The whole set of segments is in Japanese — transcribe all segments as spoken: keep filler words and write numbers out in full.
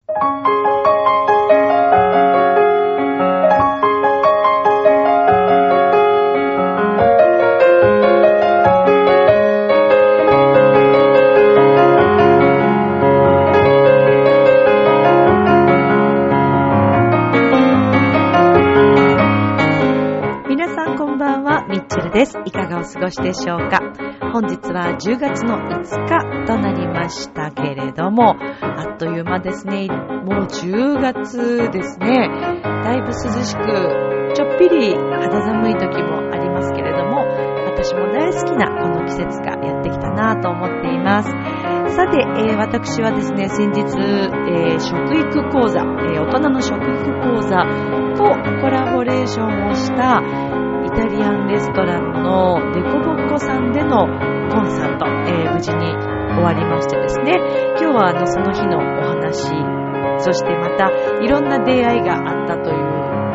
です。いかがお過ごしでしょうか。本日はじゅうがつのいつかとなりましたけれども、あっという間ですね。もうじゅうがつですね。だいぶ涼しくちょっぴり肌寒い時もありますけれども、私も大好きなこの季節がやってきたなと思っています。さて、えー、私はですね、先日、えー、食育講座、えー、大人の食育講座とコラボレーションをしたイタリアンレストランのデコボッコさんでのコンサート、えー、無事に終わりましてですね、今日はあのその日のお話、そしてまたいろんな出会いがあったという、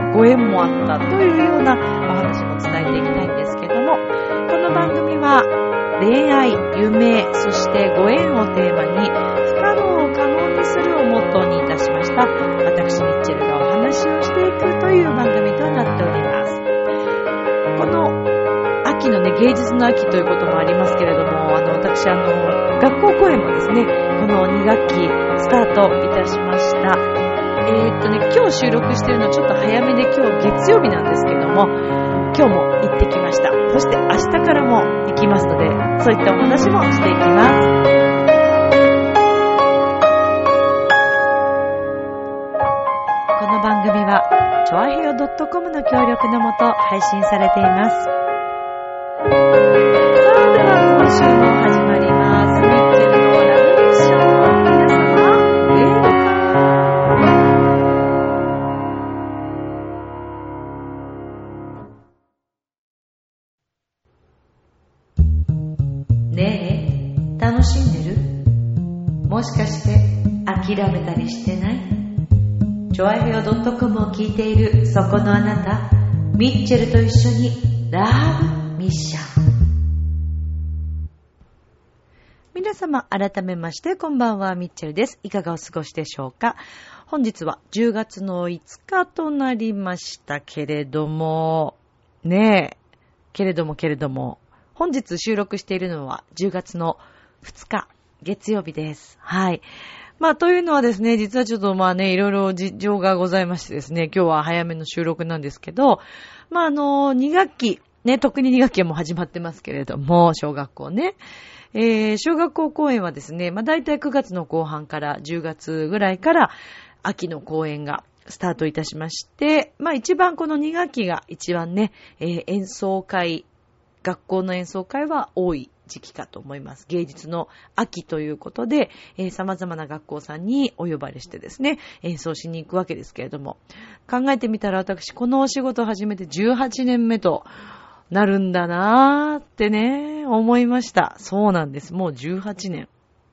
ご縁もあったというようなお話も伝えていきたいんですけども、この番組は恋愛、夢、そしてご縁をテーマに不可能を可能にするをモットーにいたしました、私ミッチェルがお話をしていくという番組となっております。この秋のね、芸術の秋ということもありますけれども、あの私あの学校公演もですね、このに学期スタートいたしました。えー、っとね今日収録しているのちょっと早めで、今日月曜日なんですけども、今日も行ってきました。そして明日からも行きますので、そういったお話もしていきます。この番組はチョアヘヨ .com の協力のもと配信されています。さあ、では今週も始まります。ミッチェルのラブミッション。皆様、ウェルカム。ねえ、楽しんでる？もしかして諦めたりしてない？チョアヘヨ .com を聞いているそこのあなた、ミッチェルと一緒にラブミッション。皆様改めましてこんばんは、ミッチェルです。いかがお過ごしでしょうか。本日はじゅうがつのいつかとなりましたけれどもねえけれどもけれども本日収録しているのはじゅうがつのふつか月曜日です。はい。まあというのはですね、実はちょっとまあね、いろいろ事情がございましてですね、今日は早めの収録なんですけど、まああのに学期ね、特にに学期はもう始まってますけれども、小学校ね、えー、小学校公演はですね、まあ大体くがつの後半からじゅうがつぐらいから秋の公演がスタートいたしまして、まあ一番このに学期が一番ね、えー、演奏会、学校の演奏会は多い時期かと思います。芸術の秋ということで、えー、様々な学校さんにお呼ばれしてですね、演奏しに行くわけですけれども、考えてみたら私このお仕事を始めてじゅうはちねんめとなるんだなーってね、思いました。そうなんです。もうじゅうはちねん。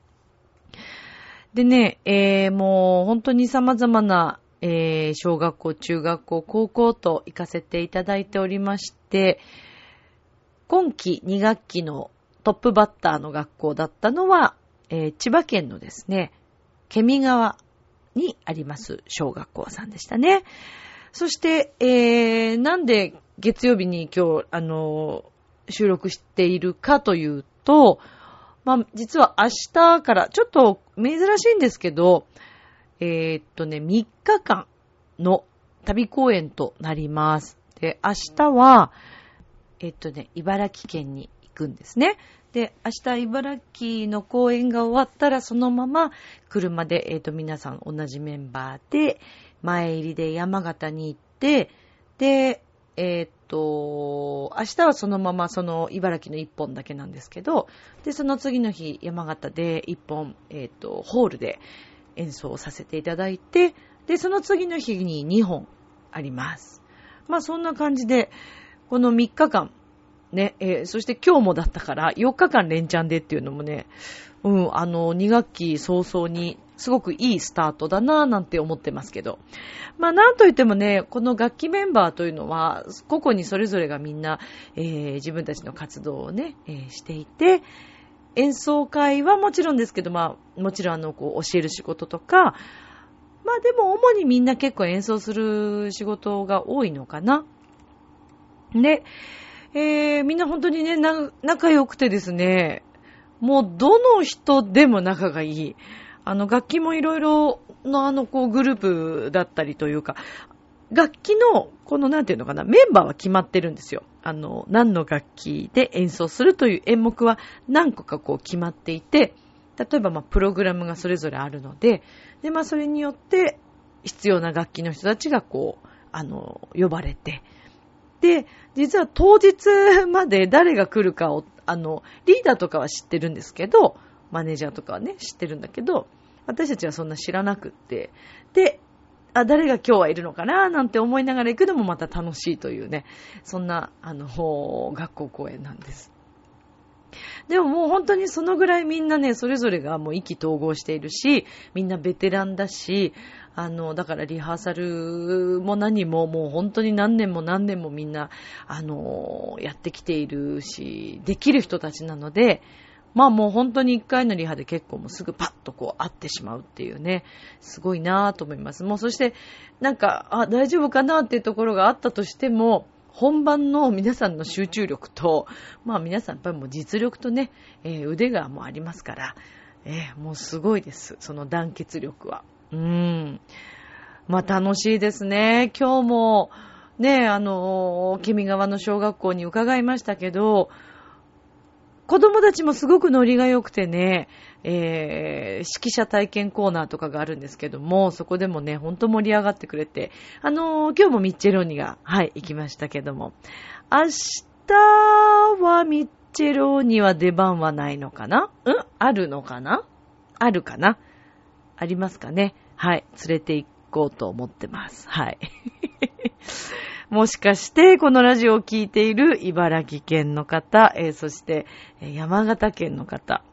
でね、えー、もう本当に様々な、えー、小学校、中学校、高校と行かせていただいておりまして、今期に学期のトップバッターの学校だったのは、えー、千葉県のですね、ケミ川にあります小学校さんでしたね。そして、えー、なんで月曜日に今日、あのー、収録しているかというと、まあ、実は明日からちょっと珍しいんですけど、えー、っとね、みっかかんの旅公演となります。で、明日は、えっとね、茨城県に行くんですね。で、明日茨城の公演が終わったらそのまま車で、えっと、皆さん同じメンバーで前入りで山形に行って、で、えっと、明日はそのままその茨城のいっぽんだけなんですけど、で、その次の日山形でいっぽん、えっと、ホールで演奏させていただいて、で、その次の日ににほんあります。まあそんな感じで、このみっかかん、ね、えー、そして今日もだったからよっかかん連チャンでっていうのもね、うん、あの、に学期早々にすごくいいスタートだなぁなんて思ってますけど。まあなんといってもね、この楽器メンバーというのは、個々にそれぞれがみんな、えー、自分たちの活動をね、えー、していて、演奏会はもちろんですけど、まあもちろんあの、こう教える仕事とか、 まあでも主にみんな結構演奏する仕事が多いのかな。で、えー、みんな本当にね、な仲良くてですね、もうどの人でも仲がいい。あの楽器もいろいろのあのこうグループだったりというか、楽器のこのなんていうのかな、メンバーは決まってるんですよ。あの何の楽器で演奏するという演目は何個かこう決まっていて、例えばまあプログラムがそれぞれあるので、でまあそれによって必要な楽器の人たちがこうあの呼ばれて、で実は当日まで誰が来るかをあのリーダーとかは知ってるんですけど、マネージャーとかはね知ってるんだけど、私たちはそんな知らなくって、であ誰が今日はいるのかななんて思いながら行くのもまた楽しいというね、そんなあの学校公演なんです。でももう本当にそのぐらいみんなね、それぞれがもう意気投合しているし、みんなベテランだし、あのだからリハーサルも何ももう本当に何年も何年もみんなあのやってきているし、できる人たちなので、まあもう本当に一回のリハで結構もうすぐパッとこう会ってしまうっていうね、すごいなぁと思います。もうそしてなんかあ大丈夫かなっていうところがあったとしても、本番の皆さんの集中力と、まあ皆さんやっぱりもう実力とね、えー、腕がもうありますから、えー、もうすごいです。その団結力は。うーん。まあ楽しいですね。今日もね、あの、ケミ川の小学校に伺いましたけど、子供たちもすごくノリが良くてね、えー、指揮者体験コーナーとかがあるんですけども、そこでもね、ほんと盛り上がってくれて、あのー、今日もミッチェローニが、はい、行きましたけども、明日はミッチェローニは出番はないのかな？うん？あるのかな？あるかな？ありますかね？はい、連れて行こうと思ってます。はい。もしかしてこのラジオを聞いている茨城県の方、えー、そして、えー、山形県の方、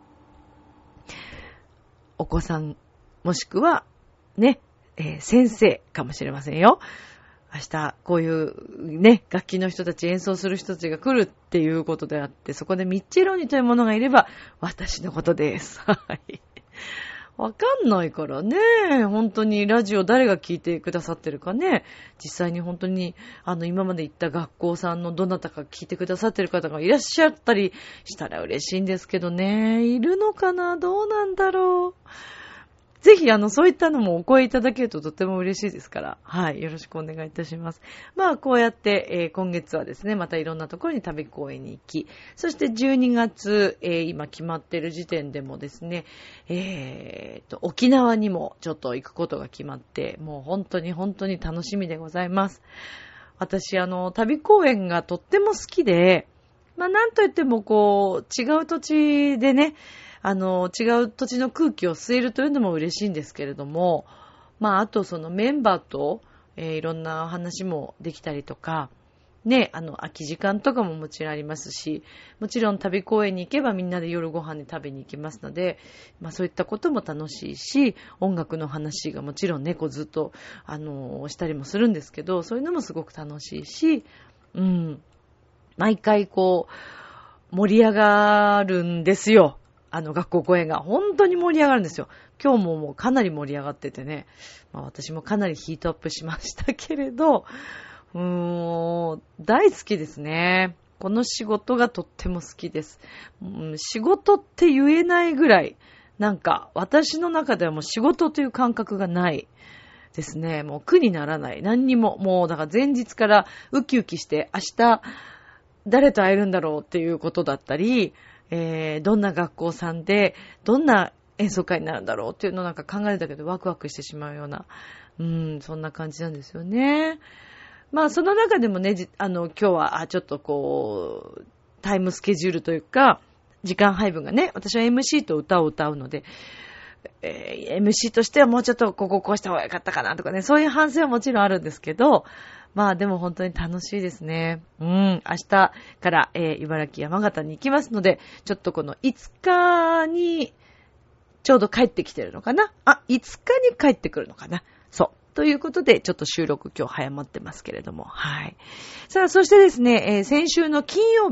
お子さんもしくはね、えー、先生かもしれませんよ。明日こういうね楽器の人たち、演奏する人たちが来るっていうことであって、そこでミッチェローニというものがいれば私のことです。はい。わかんないからね。本当にラジオ誰が聞いてくださってるかね。実際に本当にあの今まで行った学校さんのどなたか聞いてくださってる方がいらっしゃったりしたら嬉しいんですけどね。いるのかな？どうなんだろう。ぜひあのそういったのもお声いただけるととても嬉しいですから、はい、よろしくお願いいたします。まあこうやって、えー、今月はですね、またいろんなところに旅公演に行き、そしてじゅうにがつ、えー、今決まっている時点でもですね、えーと沖縄にもちょっと行くことが決まって、もう本当に本当に楽しみでございます。私あの旅公演がとっても好きで、まあなんといってもこう違う土地でね、あの違う土地の空気を吸えるというのも嬉しいんですけれども、まああとそのメンバーと、えー、いろんな話もできたりとかね、あの空き時間とかももちろんありますし、もちろん旅公園に行けばみんなで夜ご飯に食べに行きますので、まあそういったことも楽しいし、音楽の話がもちろんねこうずっとあのしたりもするんですけど、そういうのもすごく楽しいし、うん、毎回こう盛り上がるんですよ。あの学校公演が本当に盛り上がるんですよ。今日ももうかなり盛り上がっててね、まあ私もかなりヒートアップしましたけれど、うーん、大好きですね。この仕事がとっても好きです。うん、仕事って言えないぐらい、なんか私の中ではもう仕事という感覚がないですね。もう苦にならない。何にも、もうだから前日からウキウキして明日誰と会えるんだろうっていうことだったり、えー、どんな学校さんでどんな演奏会になるんだろうっていうのをなんか考えるだけでワクワクしてしまうような、うん、そんな感じなんですよね。まあその中でもね、あの今日はちょっとこうタイムスケジュールというか時間配分がね、私は エムシー と歌を歌うので、えー、エムシー としてはもうちょっとこここうした方がよかったかなとかね、そういう反省はもちろんあるんですけど、まあでも本当に楽しいですね。うん、明日から、えー、茨城山形に行きますので、ちょっとこのいつかにちょうど帰ってきてるのかな。あ、いつかに帰ってくるのかな。そう。ということで、ちょっと収録今日早まってますけれども。はい。さあ、そしてですね、えー、先週の金曜日、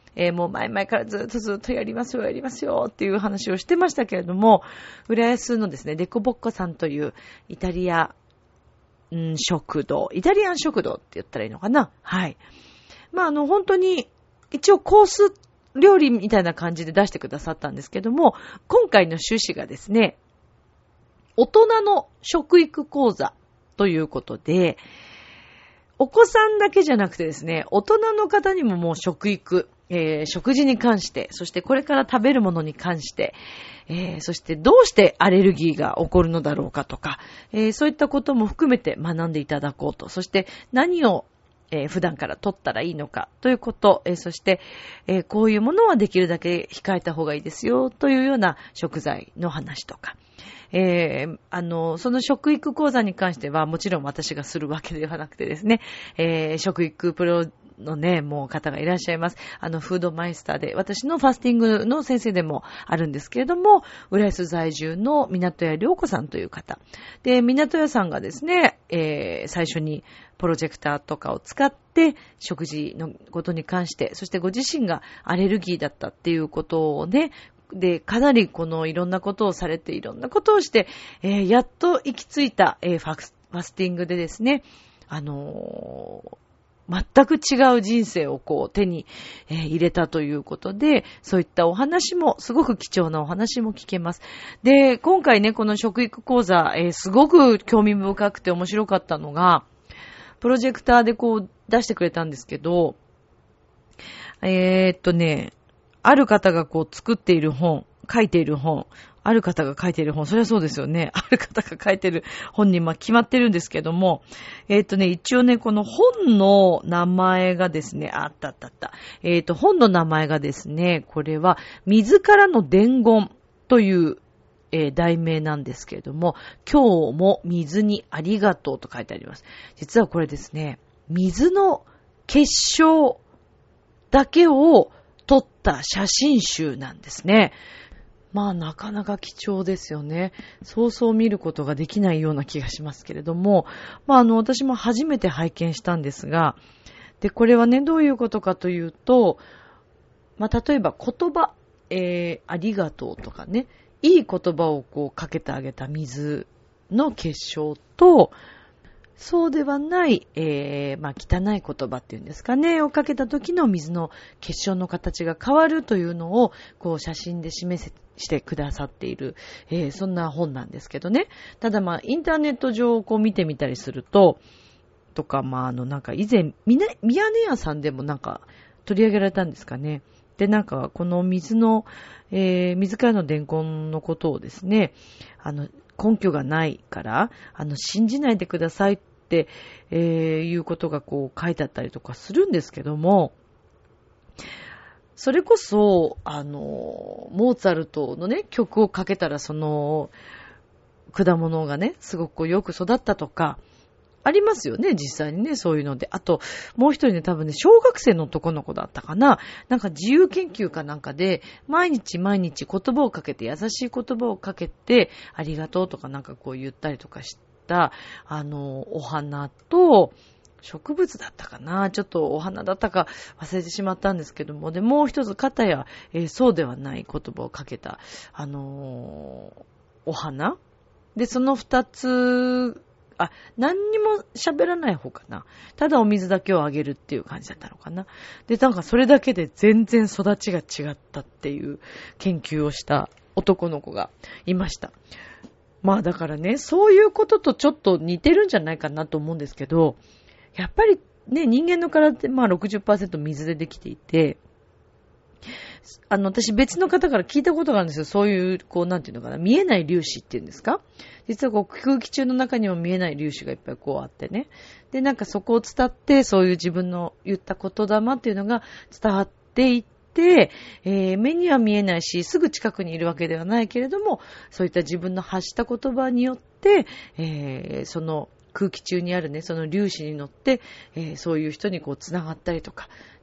えー、もう前々からずっとずっとやりますよ、やりますよっていう話をしてましたけれども、浦安のですね、デコボッコさんというイタリア、うん、食堂、イタリアン食堂って言ったらいいのかな。はい。まあ、あの、本当に、一応コース料理みたいな感じで出してくださったんですけども、今回の趣旨がですね、大人の食育講座ということで、お子さんだけじゃなくてですね、大人の方にももう食育、えー、食事に関して、そしてこれから食べるものに関して、えー、そしてどうしてアレルギーが起こるのだろうかとか、えー、そういったことも含めて学んでいただこうと、そして何を、えー、普段から取ったらいいのかということ、えー、そして、えー、こういうものはできるだけ控えた方がいいですよというような食材の話とか、えー、あの、その食育講座に関してはもちろん私がするわけではなくてですね、えー、食育プロのね、もう方がいらっしゃいます。あの、フードマイスターで、私のファスティングの先生でもあるんですけれども、浦安在住の港屋良子さんという方。で、港屋さんがですね、えー、最初にプロジェクターとかを使って、食事のことに関して、そしてご自身がアレルギーだったっていうことをね、で、かなりこのいろんなことをされて、いろんなことをして、えー、やっと行き着いた、えー、ファクス、ファスティングでですね、あのー、全く違う人生をこう手に、えー、入れたということで、そういったお話も、すごく貴重なお話も聞けます。で、今回ね、この食育講座、えー、すごく興味深くて面白かったのが、プロジェクターでこう出してくれたんですけど、えー、っとね、ある方がこう作っている本、書いている本、ある方が書いている本、それはそうですよね。ある方が書いている本にまあ決まってるんですけども、えっとね、一応ね、この本の名前がですね、あったあったあった。えっと、本の名前がですね、これは、水からの伝言という、えー、題名なんですけれども、今日も水にありがとうと書いてあります。実はこれですね、水の結晶だけを撮った写真集なんですね。まあなかなか貴重ですよね。そうそう見ることができないような気がしますけれども、まああの私も初めて拝見したんですが、でこれはねどういうことかというと、まあ例えば言葉、えー、ありがとうとかね、いい言葉をこうかけてあげた水の結晶と、そうではない、えー、まあ、汚い言葉っていうんですかね、をかけた時の水の結晶の形が変わるというのを、こう写真で示せしてくださっている、えー、そんな本なんですけどね。ただまあ、インターネット上をこう見てみたりすると、とか、まあ、あの、なんか以前、みな、ミヤネ屋さんでもなんか取り上げられたんですかね。で、なんか、この水の、えー、水からの伝言のことをですね、あの、根拠がないから、あの、信じないでくださいって、えー、いうことがこう書いてあったりとかするんですけども、それこそ、あの、モーツァルトのね、曲をかけたらその、果物がね、すごくよく育ったとか、ありますよね、実際にね、そういうので。あと、もう一人ね、多分ね、小学生の男の子だったかな。なんか自由研究かなんかで、毎日毎日言葉をかけて、優しい言葉をかけて、ありがとうとかなんかこう言ったりとかした、あの、お花と、植物だったかな、ちょっとお花だったか忘れてしまったんですけども、で、もう一つ片や、えー、そうではない言葉をかけた、あのー、お花で、その二つ、あ、何にも喋らない方かな。ただお水だけをあげるっていう感じだったのかな。で、なんかそれだけで全然育ちが違ったっていう研究をした男の子がいました。まあだからね、そういうこととちょっと似てるんじゃないかなと思うんですけど、やっぱりね、人間の体ってまあ ろくじゅっパーセント 水でできていて、あの、私別の方から聞いたことがあるんですよ。そういう、こう、なんていうのかな、見えない粒子っていうんですか？実はこう、空気中の中にも見えない粒子がいっぱいこうあってね。で、なんかそこを伝って、そういう自分の言った言霊っていうのが伝わっていって、えー、目には見えないし、すぐ近くにいるわけではないけれども、そういった自分の発した言葉によって、えー、その空気中にあるね、その粒子に乗って、えー、そういう人にこう、つながったりとか、っ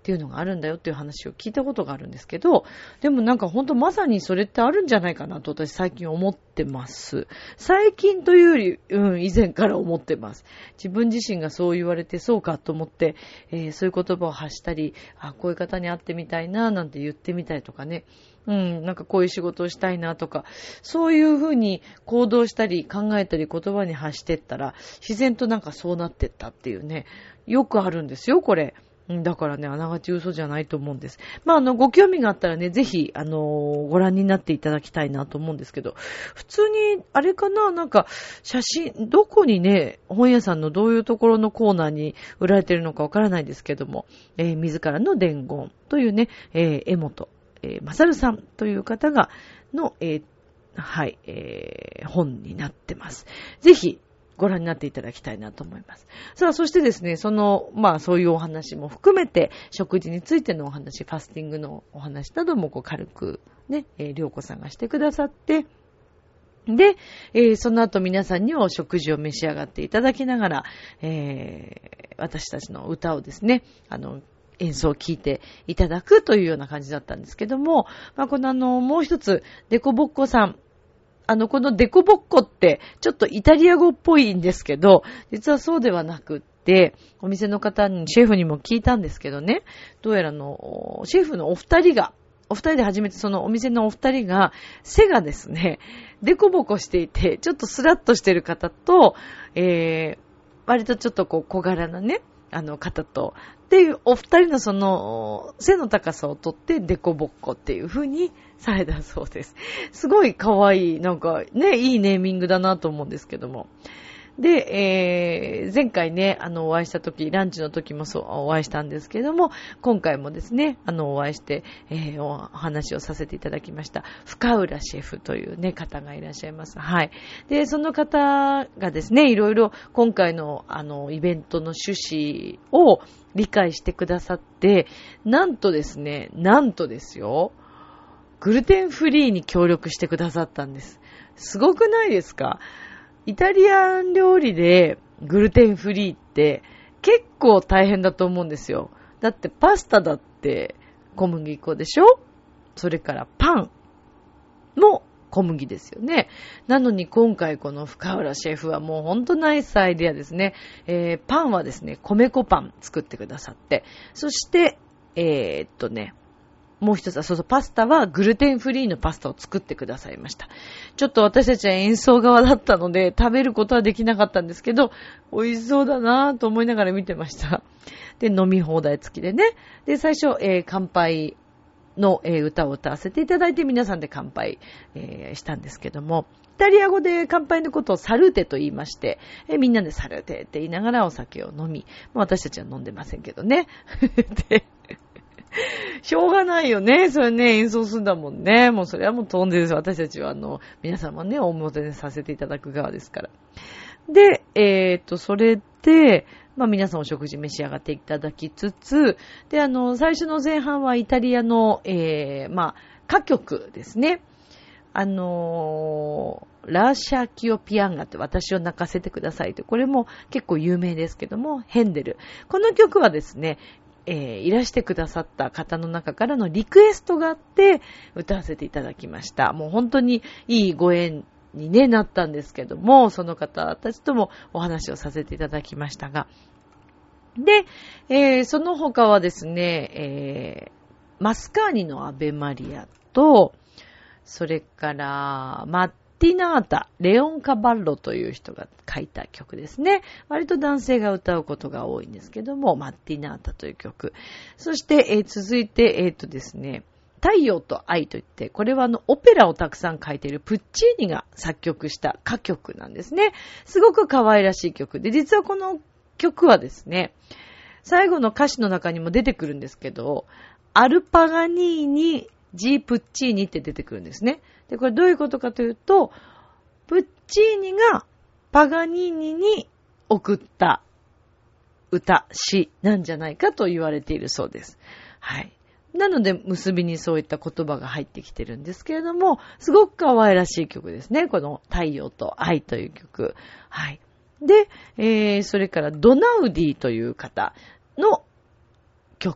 っていうのがあるんだよっていう話を聞いたことがあるんですけど、でもなんかほんとまさにそれってあるんじゃないかなと私最近思ってます。最近というより、うん、以前から思ってます。自分自身がそう言われてそうかと思って、えー、そういう言葉を発したり、あ、こういう方に会ってみたいななんて言ってみたりとかね、うん、なんかこういう仕事をしたいなとか、そういうふうに行動したり考えたり言葉に発してったら、自然となんかそうなってったっていうね、よくあるんですよ、これ。だからね、あながち嘘じゃないと思うんです。まあ、あの、ご興味があったらね、ぜひ、あのー、ご覧になっていただきたいなと思うんですけど、普通に、あれかな、なんか、写真、どこにね、本屋さんのどういうところのコーナーに売られてるのかわからないですけども、えー、自らの伝言というね、えー、江本、えー、勝さんという方が、の、えー、はい、えー、本になってます。ぜひ、ご覧になっていただきたいなと思います。さあ、そしてですね、その、まあそういうお話も含めて、食事についてのお話、ファスティングのお話などもこう軽くね、えー、りょうこさんがしてくださって、で、えー、その後皆さんにはお食事を召し上がっていただきながら、えー、私たちの歌をですね、あの、演奏を聴いていただくというような感じだったんですけども、まあこのあの、もう一つ、デコボッコさん、あの、このデコボッコって、ちょっとイタリア語っぽいんですけど、実はそうではなくって、お店の方に、シェフにも聞いたんですけどね、どうやらの、シェフのお二人が、お二人で初めてそのお店のお二人が、背がですね、デコボコしていて、ちょっとスラッとしてる方と、えー、割とちょっとこう小柄なね、あの方と、っていうお二人のその背の高さをとってデコボッコっていう風にされたそうです。すごい可愛い、なんかね、いいネーミングだなと思うんですけども。で、えー、前回ね、あの、お会いした時、ランチの時もそう、お会いしたんですけども、今回もですね、あの、お会いして、えー、お話をさせていただきました。深浦シェフというね、方がいらっしゃいます。はい。で、その方がですね、いろいろ今回の、あの、イベントの趣旨を理解してくださって、なんとですね、なんとですよ、グルテンフリーに協力してくださったんです。すごくないですか？イタリアン料理でグルテンフリーって結構大変だと思うんですよ。だってパスタだって小麦粉でしょ？それからパンも小麦ですよね。なのに今回この深浦シェフはもうほんとナイスアイデアですね。えー、パンはですね、米粉パン作ってくださって、そして、えー、っとね、もう一つは、そうそう、パスタはグルテンフリーのパスタを作ってくださいました。ちょっと私たちは演奏側だったので、食べることはできなかったんですけど、美味しそうだなぁと思いながら見てました。で、飲み放題付きでね。で、最初、えー、乾杯の、えー、歌を歌わせていただいて、皆さんで乾杯、えー、したんですけども、イタリア語で乾杯のことをサルーテと言いまして、えー、みんなでサルーテって言いながらお酒を飲み、まあ、私たちは飲んでませんけどね。でしょうがないよね。それね、演奏するんだもんね。もうそれはもう飛んでるんです。私たちはあの、皆様ね、おもてなしさせていただく側ですから。で、えー、っと、それで、まあ皆さんお食事召し上がっていただきつつ、で、あの、最初の前半はイタリアの、えー、まあ、歌曲ですね。あのー、ラーシャキオピアンガって私を泣かせてくださいって、これも結構有名ですけども、ヘンデル。この曲はですね、えー、いらしてくださった方の中からのリクエストがあって歌わせていただきました。もう本当にいいご縁に、ね、なったんですけども、その方たちともお話をさせていただきましたが、で、えー、その他はですね、えー、マスカーニのアベマリアと、それからマッティナータ、レオン・カバッロという人が書いた曲ですね。割と男性が歌うことが多いんですけども、マッティナータという曲。そして、えー、続いて、えっとですね、太陽と愛といって、これはあの、オペラをたくさん書いているプッチーニが作曲した歌曲なんですね。すごく可愛らしい曲で、実はこの曲はですね、最後の歌詞の中にも出てくるんですけど、アルパガニーニ、ジー・プッチーニって出てくるんですね。で、これどういうことかというと、プッチーニがパガニーニに送った歌、詩なんじゃないかと言われているそうです。はい。なので、結びにそういった言葉が入ってきてるんですけれども、すごく可愛らしい曲ですね。この太陽と愛という曲。はい。で、えー、それからドナウディという方の曲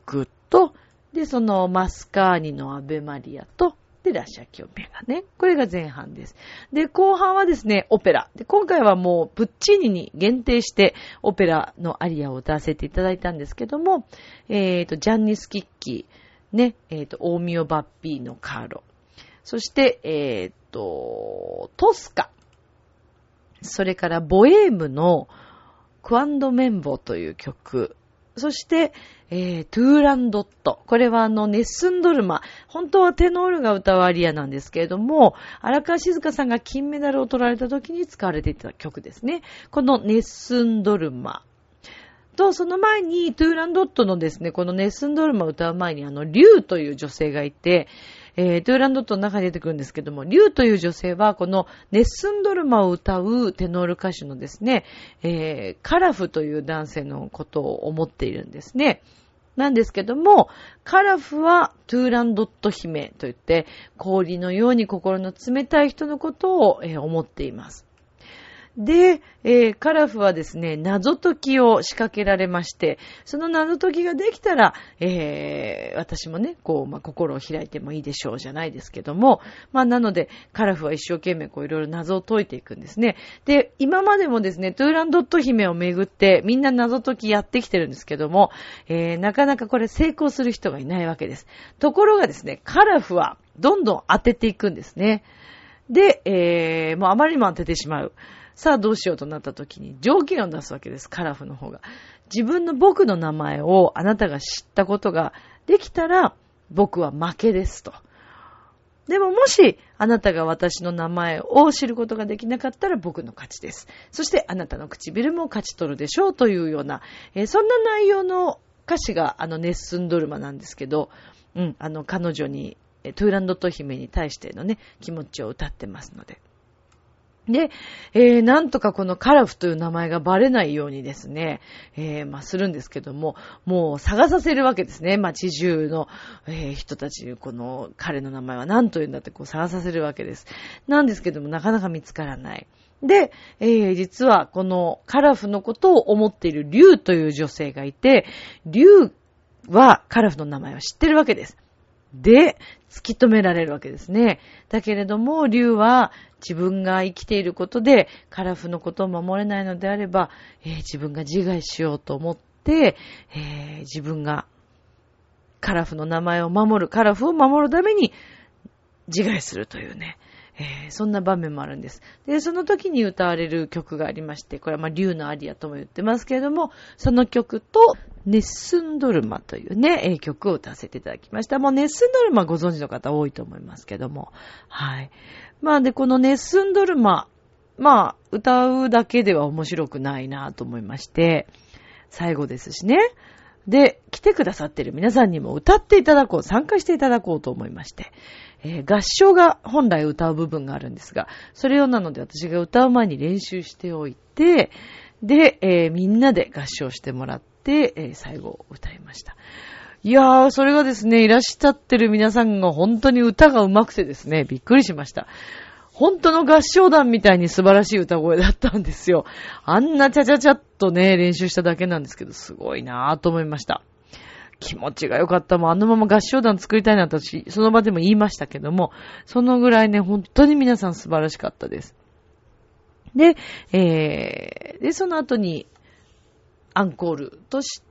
と、で、そのマスカーニのアベマリアと、で、ラッシャキョメガね。これが前半です。で、後半はですね、オペラ。で、今回はもう、プッチーニに限定して、オペラのアリアを歌わせていただいたんですけども、えっと、ジャンニ・スキッキー、ね、えっと、オーミオ・バッピーノ・カーロ。そして、えっと、トスカ。それから、ボエームのクアンド・メンボという曲。そして、えー、トゥーランドット。これはあの、ネッスンドルマ。本当はテノールが歌うアリアなんですけれども、荒川静香さんが金メダルを取られた時に使われていた曲ですね。このネッスンドルマ。と、その前に、トゥーランドットのですね、このネッスンドルマを歌う前に、あの、リュウという女性がいて、えー、トゥーランドットの中に出てくるんですけども、リュウという女性は、このネッスンドルマを歌うテノール歌手のですね、えー、カラフという男性のことを思っているんですね。なんですけども、カラフはトゥーランドット姫といって、氷のように心の冷たい人のことを、えー、思っています。で、えー、カラフはですね、謎解きを仕掛けられまして、その謎解きができたら、えー、私もね、こう、まあ、心を開いてもいいでしょうじゃないですけども、まあ、なので、カラフは一生懸命こういろいろ謎を解いていくんですね。で、今までもですね、トゥーランドット姫をめぐって、みんな謎解きやってきてるんですけども、えー、なかなかこれ成功する人がいないわけです。ところがですね、カラフはどんどん当てていくんですね。で、えー、もうあまりにも当ててしまう。さあどうしようとなった時に条件を出すわけです、カラフの方が。自分の僕の名前をあなたが知ったことができたら僕は負けですと。でももしあなたが私の名前を知ることができなかったら僕の勝ちです。そしてあなたの唇も勝ち取るでしょうというような、えー、そんな内容の歌詞があのネッスンドルマなんですけど、うん、あの彼女に、トゥーランドット姫に対してのね、気持ちを歌ってますので。で、えー、なんとかこのカラフという名前がバレないようにですね、えー、まあ、するんですけども、もう探させるわけですね。街中の、えー、人たちにこの彼の名前は何というんだってこう探させるわけです。なんですけども、なかなか見つからない。で、えー、実はこのカラフのことを思っているリュウという女性がいて、リュウはカラフの名前を知ってるわけです。で、突き止められるわけですね。だけれども、リュウは自分が生きていることでカラフのことを守れないのであれば、えー、自分が自害しようと思って、えー、自分がカラフの名前を守る、カラフを守るために自害するというね、えー、そんな場面もあるんです。で、その時に歌われる曲がありまして、これはまあリュウのアリアとも言ってますけれども、その曲とネッスンドルマというね、えー、曲を歌わせていただきました。もうネッスンドルマご存知の方多いと思いますけども、はい。まあで、このネッスンドルマ、まあ歌うだけでは面白くないなと思いまして、最後ですしね。で、来てくださっている皆さんにも歌っていただこう、参加していただこうと思いまして、えー、合唱が本来歌う部分があるんですが、それをなので私が歌う前に練習しておいて、で、えー、みんなで合唱してもらって、えー、最後歌いました。いやー、それがですね、いらっしゃってる皆さんが本当に歌が上手くてですね、びっくりしました。本当の合唱団みたいに素晴らしい歌声だったんですよ。あんなチャチャチャっとね、練習しただけなんですけど、すごいなぁと思いました。気持ちが良かった。もうあのまま合唱団作りたいなと私、その場でも言いましたけども、そのぐらいね、本当に皆さん素晴らしかったです。で、えー、で、その後に、アンコールとして、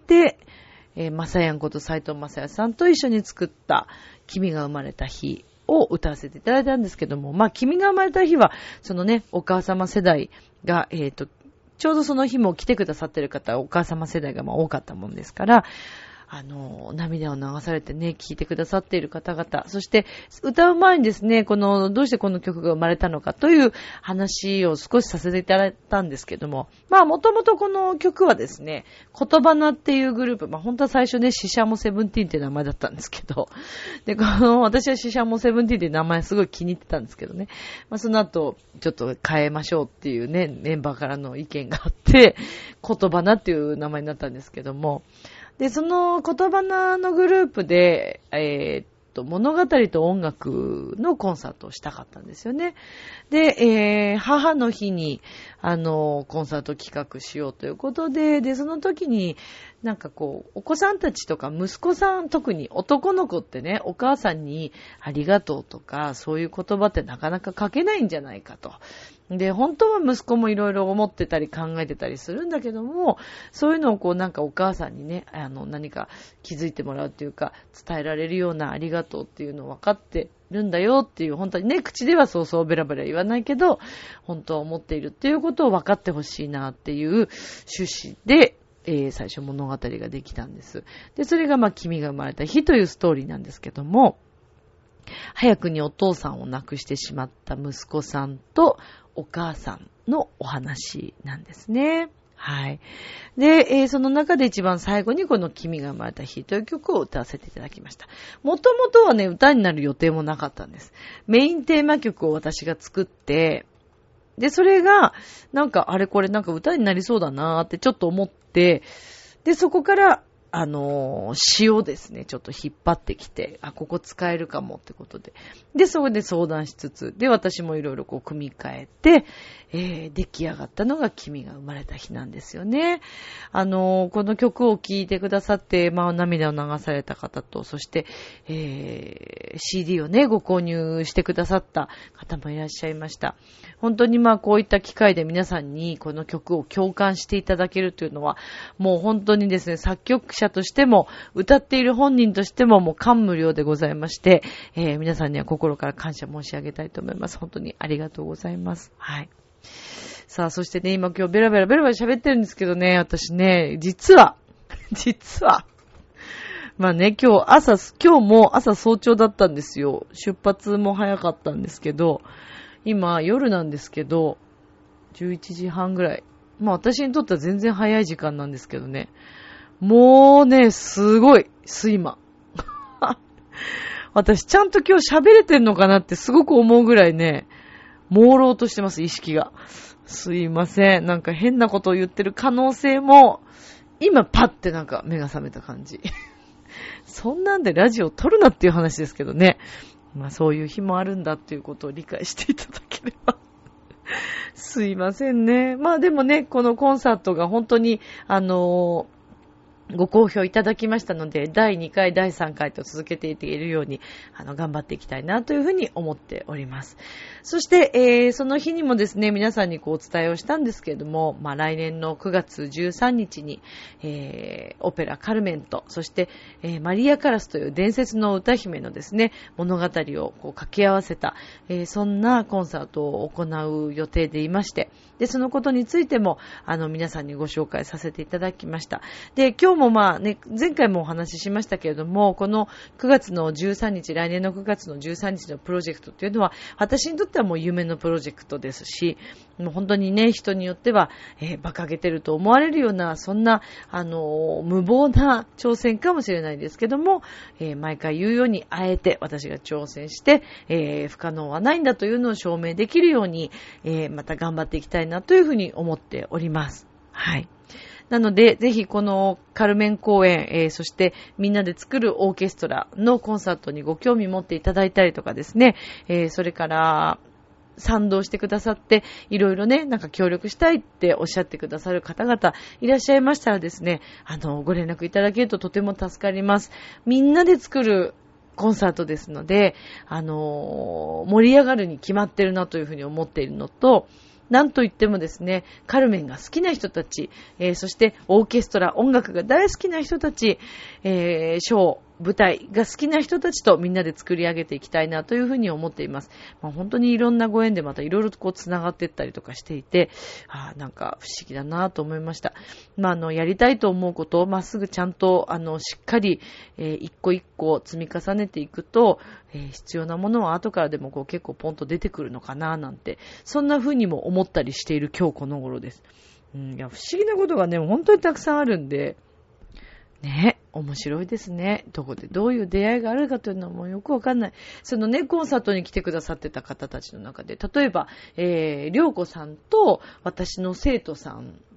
えー、マサヤンこと斉藤正也さんと一緒に作った、君が生まれた日を歌わせていただいたんですけども、まあ、君が生まれた日は、そのね、お母様世代が、えっと、ちょうどその日も来てくださってる方はお母様世代がまあ多かったもんですから、あの、涙を流されてね、聴いてくださっている方々、そして歌う前にですね、この、どうしてこの曲が生まれたのかという話を少しさせていただいたんですけども、まあ、もともとこの曲はですね、言葉なっていうグループ、まあ、本当は最初ね、シシャモセブンティーンっていう名前だったんですけど、で、この、私はシシャモセブンティーンっていう名前すごい気に入ってたんですけどね、まあ、その後、ちょっと変えましょうっていうね、メンバーからの意見があって、言葉なっていう名前になったんですけども、で、その言葉なのグループで、えー、っと、物語と音楽のコンサートをしたかったんですよね。で、えー、母の日に、あの、コンサート企画しようということで、で、その時に、なんかこう、お子さんたちとか息子さん、特に男の子ってね、お母さんにありがとうとか、そういう言葉ってなかなか書けないんじゃないかと。で、本当は息子もいろいろ思ってたり考えてたりするんだけども、そういうのをこうなんかお母さんにね、あの何か気づいてもらうっていうか、伝えられるようなありがとうっていうのを分かってるんだよっていう、本当にね、口ではそうそうベラベラ言わないけど、本当は思っているっていうことを分かってほしいなっていう趣旨で、えー、最初物語ができたんです。で、それがまあ君が生まれた日というストーリーなんですけども、早くにお父さんを亡くしてしまった息子さんとお母さんのお話なんですね。はい。で、えー、その中で一番最後にこの君が生まれた日という曲を歌わせていただきました。もともとはね、歌になる予定もなかったんです。メインテーマ曲を私が作って、で、それが、なんか、あれこれなんか歌になりそうだなーってちょっと思って、で、そこから、あのー、詩をですね、ちょっと引っ張ってきて、あ、ここ使えるかもってことで。で、そこで相談しつつ、で、私もいろいろこう組み替えて、えー、出来上がったのが君が生まれた日なんですよね。あのー、この曲を聴いてくださって、まあ、涙を流された方と、そして、えー、シーディー をね、ご購入してくださった方もいらっしゃいました。本当にまあ、こういった機会で皆さんにこの曲を共感していただけるというのは、もう本当にですね、作曲者としても、歌っている本人としてももう感無量でございまして、えー、皆さんには心から感謝申し上げたいと思います。本当にありがとうございます。はい。さあ、そしてね、今今日ベラベラベラベラ喋ってるんですけどね、私ね、実は、実は、まあね、今日朝、今日も朝早朝だったんですよ。出発も早かったんですけど、今夜なんですけど、じゅういちじはんぐらい。まあ私にとっては全然早い時間なんですけどね。もうね、すごい、睡魔。私ちゃんと今日喋れてんのかなってすごく思うぐらいね、朦朧としてます、意識が。すいません。なんか変なことを言ってる可能性も、今パッてなんか目が覚めた感じ。そんなんでラジオ撮るなっていう話ですけどね。まあそういう日もあるんだっていうことを理解していただければ。すいませんね。まあでもね、このコンサートが本当に、あのー、ご好評いただきましたので、だいにかい、だいさんかいと続けていけるように、あの、頑張っていきたいなというふうに思っております。そして、えー、その日にもですね、皆さんにこうお伝えをしたんですけれども、まあ、来年のくがつじゅうさんにちに、えー、オペラカルメンと、そして、えー、マリア・カラスという伝説の歌姫のですね、物語をこう掛け合わせた、えー、そんなコンサートを行う予定でいまして、で、そのことについても、あの、皆さんにご紹介させていただきました。で、今日もまあね、前回もお話ししましたけれども、このくがつのじゅうさんにち、来年のくがつのじゅうさんにちのプロジェクトというのは、私にとってはもう夢のプロジェクトですし、もう本当にね、人によっては、えー、馬鹿げてると思われるような、そんな、あのー、無謀な挑戦かもしれないですけども、えー、毎回言うように、あえて私が挑戦して、えー、不可能はないんだというのを証明できるように、えー、また頑張っていきたいなというふうに思っております。はい。なので、ぜひこのカルメン公演、えー、そしてみんなで作るオーケストラのコンサートにご興味持っていただいたりとかですね、えー、それから賛同してくださって、いろいろね、なんか協力したいっておっしゃってくださる方々いらっしゃいましたらですね、あの、ご連絡いただけるととても助かります。みんなで作るコンサートですので、あのー、盛り上がるに決まってるなというふうに思っているのと、なんといってもですね、カルメンが好きな人たち、えー、そしてオーケストラ、音楽が大好きな人たち、えー、ショー、舞台が好きな人たちとみんなで作り上げていきたいなというふうに思っています。まあ、本当にいろんなご縁でまたいろいろとこうつながっていったりとかしていて、あなんか不思議だなと思いました。まあ、あの、やりたいと思うことをまっすぐちゃんと、あの、しっかり、えー、一個一個積み重ねていくと、えー、必要なものは後からでもこう結構ポンと出てくるのかななんて、そんなふうにも思ったりしている今日この頃です。うん、いや、不思議なことがね、本当にたくさんあるんで、ね、面白いですね。どこでどういう出会いがあるかというのはもうよくわかんない。そのね、コンサートに来てくださってた方たちの中で、例えば、えー、りょうこさんと私の生徒さん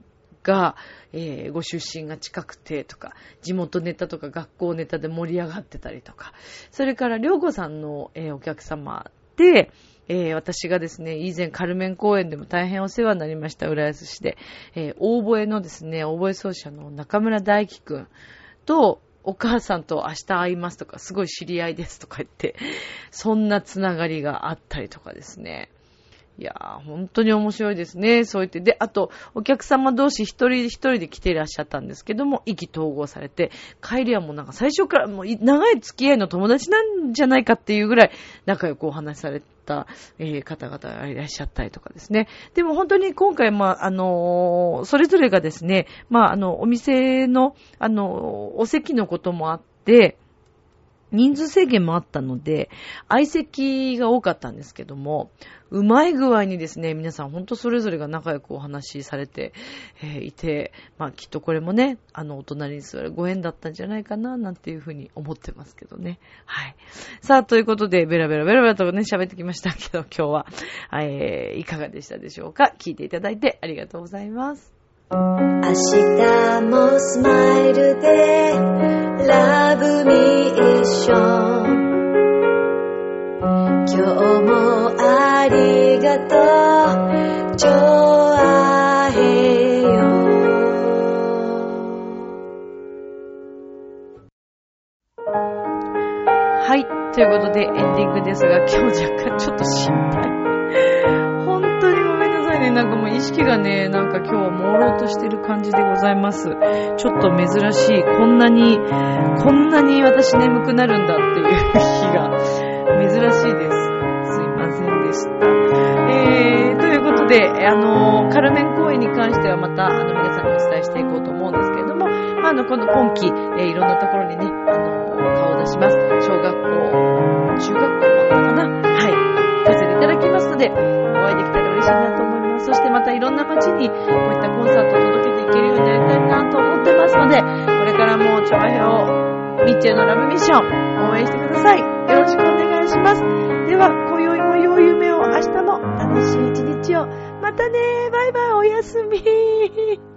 が、えー、ご出身が近くてとか、地元ネタとか学校ネタで盛り上がってたりとか、それからりょうこさんの、えー、お客様で、えー、私がですね、以前カルメン公園でも大変お世話になりました浦安市で、えー、オーボエのですね、オーボエ奏者の中村大輝くんと、お母さんと明日会いますとか、すごい知り合いですとか言って、そんなつながりがあったりとかですね。いやー、本当に面白いですね。そう言って。で、あと、お客様同士一人一人で来ていらっしゃったんですけども、意気投合されて、帰りはもうなんか最初からもう長い付き合いの友達なんじゃないかっていうぐらい仲良くお話しされた、えー、方々がいらっしゃったりとかですね。でも本当に今回、まあ、あのー、それぞれがですね、まあ、あの、お店の、あのー、お席のこともあって、人数制限もあったので、相席が多かったんですけども、うまい具合にですね、皆さん本当それぞれが仲良くお話しされて、えー、いて、まあきっとこれもね、あの、お隣に座るご縁だったんじゃないかな、なんていうふうに思ってますけどね。はい。さあ、ということで、ベラベラベラベラとね、喋ってきましたけど、今日は、えー、いかがでしたでしょうか。聞いていただいてありがとうございます。 明日もスマイルでラブミッション今日もありがとうジョアヘヨはい、ということでエンディングですが今日若干ちょっと心配本当にごめんなさいね。なんかもう意識がね、なんか今日は朦朧としてる感じでございます。ちょっと珍しい。こんなに、こんなに私眠くなるんだっていう日が珍しいです。すいませんでした。えー、ということで、あの、カルメン公演に関してはまた、あの、皆さんにお伝えしていこうと思うんですけれども、まあ、あの、この今期、えー、いろんなところにね、あの、顔を出します。小学校、中学校もかな。はい。行かせていただきますので、お会いできたら嬉しいなと思います。そしてまたいろんな街にこういったコンサートを届けていけるようになりたいなと思ってますので、これからもチョアヘオミッチェのラブミッション応援してください。よろしくお願いします。では、今宵も良い夢を、明日も楽しい一日を。またね、バイバイ、おやすみ。